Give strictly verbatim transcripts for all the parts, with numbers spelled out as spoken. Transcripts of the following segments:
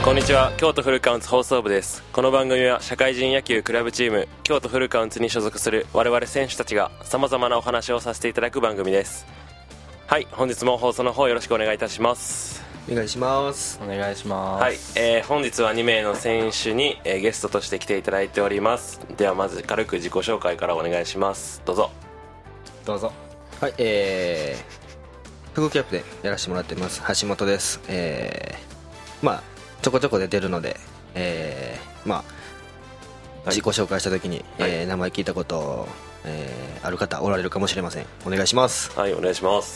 こんにちは、京都フルカウンツ放送部です。この番組は社会人野球クラブチーム京都フルカウンツに所属する我々選手たちがさまざまなお話をさせていただく番組です。はい、本日も放送の方よろしくお願いいたします。 お願いします。 お願いします。 はい、えー、本日はに名の選手に、えー、ゲストとして来ていただいております。ではまず軽く自己紹介からお願いします。どうぞ。 どうぞ。 はい、えー、副キャプテンやらせてもらってます橋本です。えー、まあちょこちょこで出るので、えー、まあ、はい、自己紹介した時に、はい、えー、名前聞いたこと、えー、ある方おられるかもしれません。お願いします。 はい、お願いします。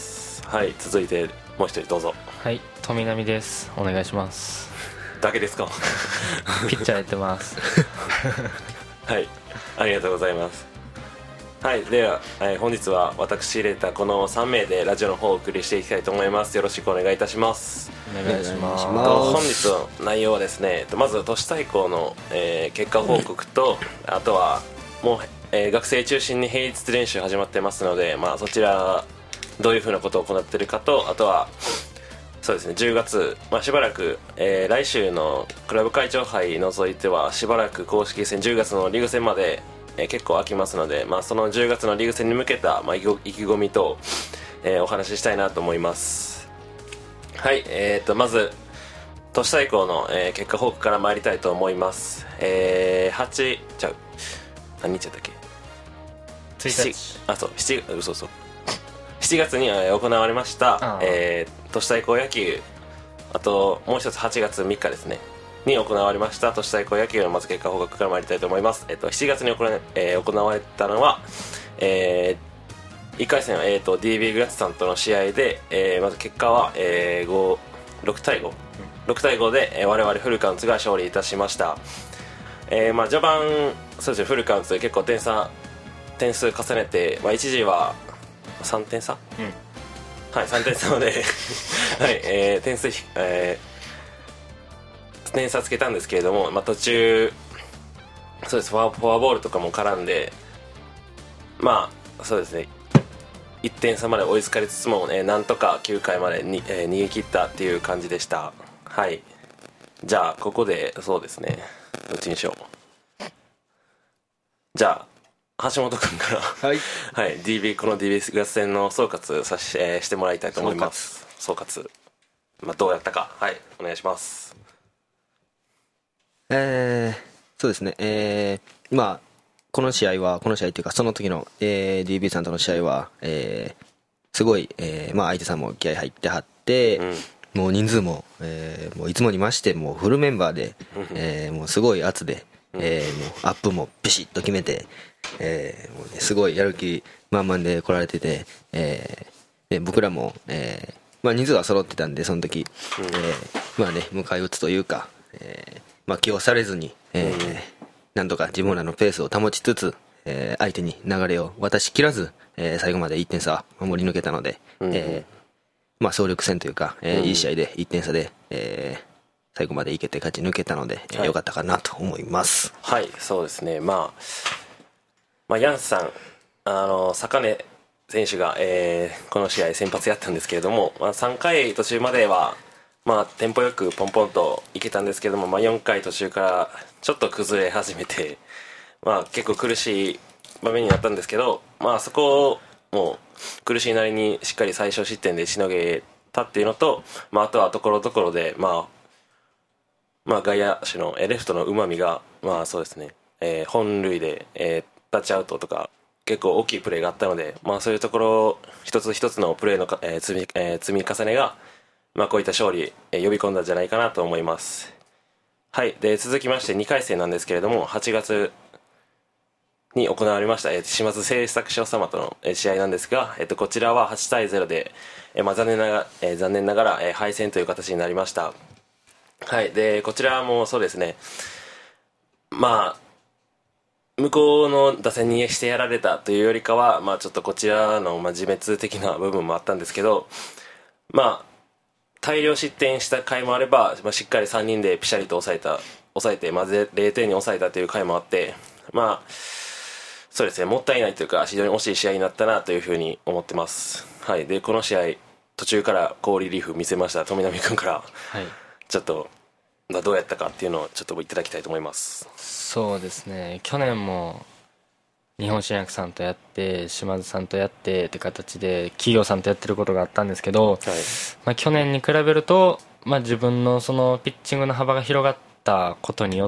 はい、続いてもう一人どうぞ。 はい、富波です。お願いします。 だけですか？ ピッチャーやってます。 はい、ありがとうございます。はい、では、えー、本日は私入れたこのさん名でラジオの方をお送りしていきたいと思います。よろしくお願いいたします。 お願いします。 本日の内容はですね、まず都市対抗の、えー、結果報告と、あとはもう、えー、学生中心に平日練習始まってますので、まあ、そちらどういうふうなことを行っているかと、あとはそうですね、じゅうがつ、まあ、しばらく、えー、来週のクラブ会長杯除いてはしばらく公式戦じゅうがつのリーグ戦まで、えー、結構空きますので、まあ、そのじゅうがつのリーグ戦に向けた、まあ、意気込みと、えー、お話ししたいなと思います。はい、えー、とまず都市対抗の、えー、結果報告から参りたいと思います。えー、はちじゃあ何日だったっけ？ ついたち。 あ、そう、しち、嘘嘘しちがつに、えー、行われました、えー、都市対抗野球、あともう一つはちがつみっかですねに行われました都市対抗野球のまず結果報告から参りたいと思います。えー、としちがつに行われ、えー、行われたのは、えー、いっかい戦は、えー、と ディービー グラッツさんとの試合で、えー、まず結果は、えー、ごろくたいご、ろくたいごで、えー、我々フルカウンツが勝利いたしました。えーまあ、序盤そうですね、フルカウンツで結構点差点数重ねて、まあ、一時はさんてん差、うん、はい、さんてん差まで、はい、えー、点数、えー、点差つけたんですけれども、まあ、途中そうです、フォア、フォアボールとかも絡んで、まあそうですね、いってん差まで追いつかれつつも、えー、なんとかきゅうかいまでに、えー、逃げ切ったっていう感じでした。はい、じゃあここでそうですね、どっちにしよう。じゃあ橋本君からはい、はい、ディービー この ディービー 合戦の総括さし、えー、してもらいたいと思います。総括、総括、まあ、どうやったか、はい、お願いします。 えー、そうですね、えー、まあこの試合はこの試合っていうかその時の、えー、ディービー さんとの試合は、えー、すごい、えーまあ、相手さんも気合入ってはって、うん、もう人数も、えー、もういつもに増してもうフルメンバーで、えー、もうすごい圧で、えー、もうアップもビシッと決めて、えーもうね、すごいやる気満々で来られてて、えー、で僕らも、えーまあ、人数は揃ってたんでその時、うん、えー、まあね迎え撃つというか、えーまあ、気をされずに、えーうん、なんとか自分らのペースを保ちつつ、えー、相手に流れを渡しきらず、えー、最後までいってん差守り抜けたので、うん、えーまあ、総力戦というか、えーうん、いい試合でいってん差で、えー、最後までいけて勝ち抜けたので、はい、よかったかなと思います。 はい、そうですね、まあ、まあ、ヤンスさん、あの坂根選手が、えー、この試合先発やったんですけれども、まあ、さんかい途中までは、まあ、テンポよくポンポンといけたんですけども、まあ、よんかい途中からちょっと崩れ始めて、まあ、結構苦しい場面になったんですけど、まあ、そこをもう苦しいなりにしっかり最小失点でしのげたっていうのと、まあ、あとはところどころで、まあまあ、外野手のレフトのうまみが、まあそうですね、えー、本塁で、えー、タッチアウトとか結構大きいプレーがあったので、まあ、そういうところ一つ一つのプレーの、えー積みえー、積み重ねが、まあ、こういった勝利、えー、呼び込んだんじゃないかなと思います。はい、で続きましてにかい戦なんですけれども、はちがつに行われました、えー、島津製作所様との、えー、試合なんですが、えー、とこちらははちたいゼロで、えーまあ、残念ながら、えー、残念ながら、えー、敗戦という形になりました。はい、でこちらもそうですね、まあ向こうの打線にしてやられたというよりかは、まあ、ちょっとこちらの、まあ、自滅的な部分もあったんですけど、まあ大量失点した回もあれば、まあ、しっかりさんにんでピシャリと抑えた抑えて、まあ、ゼロてんに抑えたという回もあって、まあそうですね、もったいないというか非常に惜しい試合になったなというふうに思ってます。はい、でこの試合途中から好リリーフ見せました富波君から、はい、ちょっとがどうやったかっていうのをちょっといただきたいと思います。 そうですね、去年も日本新薬さんとやって島津さんとやってって形で企業さんとやってることがあったんですけど、 はい、 まあ、去年に比べると、まあ、自分のそのピッチングの幅が広がったことによって、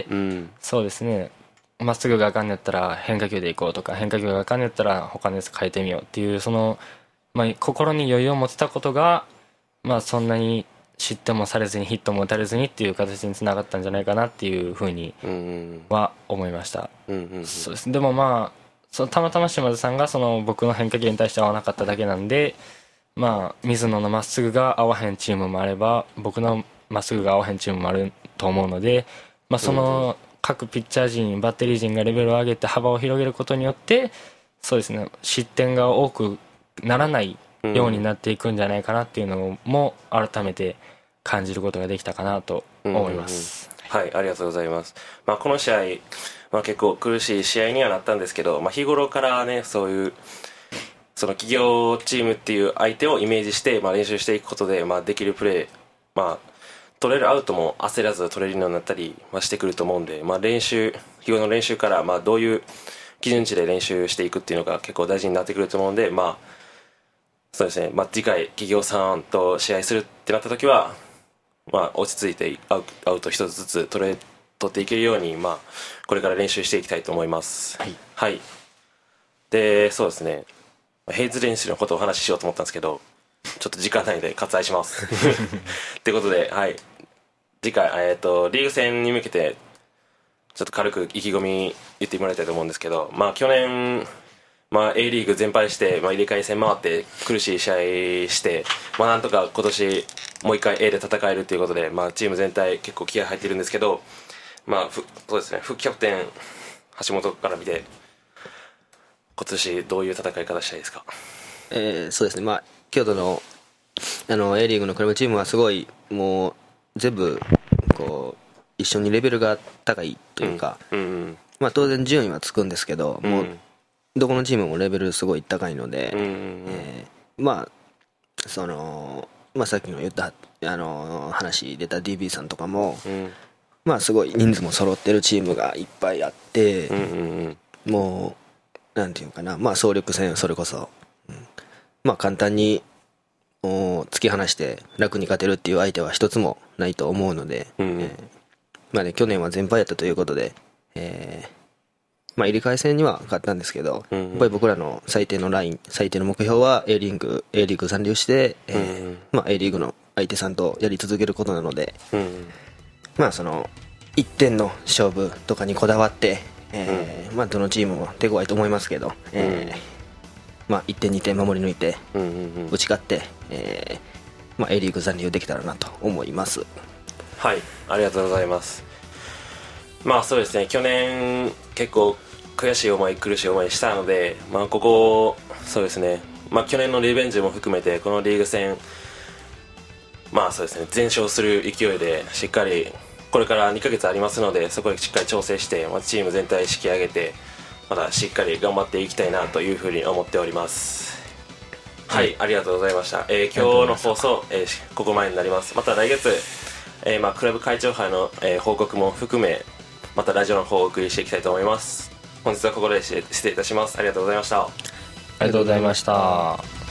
うん、 そうですね、まっすぐがあかんのやったら変化球でいこうとか、変化球があかんのやったら他のやつ変えてみようっていうその、まあ、心に余裕を持てたことが、まあ、そんなに失点もされずにヒットも打たれずにっていう形につながったんじゃないかなっていうふうには思いました。 うんうんうん、 そうです。でもまあそのたまたま島津さんがその僕の変化球に対して合わなかっただけなんで、まあ水野のまっすぐが合わへんチームもあれば僕のまっすぐが合わへんチームもあると思うので、まあ、その各ピッチャー陣バッテリー陣がレベルを上げて幅を広げることによってそうですね、失点が多くならないようになっていくんじゃないかなっていうのも改めて感じることができたかなと思います。 うんうんうん、はい、ありがとうございます。まあ、この試合、まあ、結構苦しい試合にはなったんですけど、まあ、日頃からねそういうその企業チームっていう相手をイメージして、まあ、練習していくことで、まあ、できるプレー、まあ、取れるアウトも焦らず取れるようになったり、まあ、してくると思うんで、まあ、練習日頃の練習からまあどういう基準値で練習していくっていうのが結構大事になってくると思うんで、まあそうですね、まあ、次回企業さんと試合するってなった時は、まあ、落ち着いてアウアウト一つずつ取れ取っていけるように、まあ、これから練習していきたいと思います。 はい、 はい、でそうですね、ヘイズ練習のことをお話ししようと思ったんですけどちょっと時間内で割愛しますってことで、はい、次回、えーと、リーグ戦に向けてちょっと軽く意気込み言ってもらいたいと思うんですけど、まあ、去年、まあ、A リーグ全敗して、まあ、入れ替え戦回って苦しい試合して、まあ、なんとか今年もう一回 A で戦えるということで、まあ、チーム全体結構気合入ってるんですけど、まあ、ふそうですね、副キャプテン橋本から見て今年どういう戦い方したいですか？ えー、そうですね、まあ、京都のあの A リーグのクラブチームはすごいもう全部こう一緒にレベルが高いというか、 うんうんうん、 まあ、当然順位はつくんですけど、 うん、 もうどこのチームもレベルすごい高いので、 うんうんうん、 えー、まあその、まあ、さっきの言ったあの話出た ディービー さんとかも、うん、まあすごい人数も揃ってるチームがいっぱいあって、うんうんうん、もうなんていうかな、まあ総力戦それこそ、うん、まあ簡単に突き放して楽に勝てるっていう相手は一つもないと思うので、うんうん、えーまあね、去年は全敗やったということで、えーまあ、入れ替え戦には勝ったんですけど、うんうん、やっぱり僕らの最低のライン最低の目標は A リーグ A リーグ残留して、えーうんうん、まあ、A リーグの相手さんとやり続けることなので、うんうん、まあそのいってんの勝負とかにこだわって、えーうんまあ、どのチームも手強いと思いますけど、えーまあ、いってんにてん守り抜いて、うんうんうん、打ち勝って、えーまあ、A リーグ残留できたらなと思います。 はい、ありがとうございます。まあそうですね、去年結構悔しい思い苦しい思いしたので、まあここそうですね、まあ去年のリベンジも含めてこのリーグ戦、まあそうですね、全勝する勢いでしっかりこれからにかげつありますので、そこでしっかり調整して、まあ、チーム全体引き上げてまたしっかり頑張っていきたいなというふうに思っております。はい、はい、ありがとうございました。えー、今日の放送、えー、ここまでになります。また来月えーまあ、クラブ会長杯の、えー、報告も含めまたラジオの方をお送りしていきたいと思います。本日はここで失礼いたします。ありがとうございました。 ありがとうございました。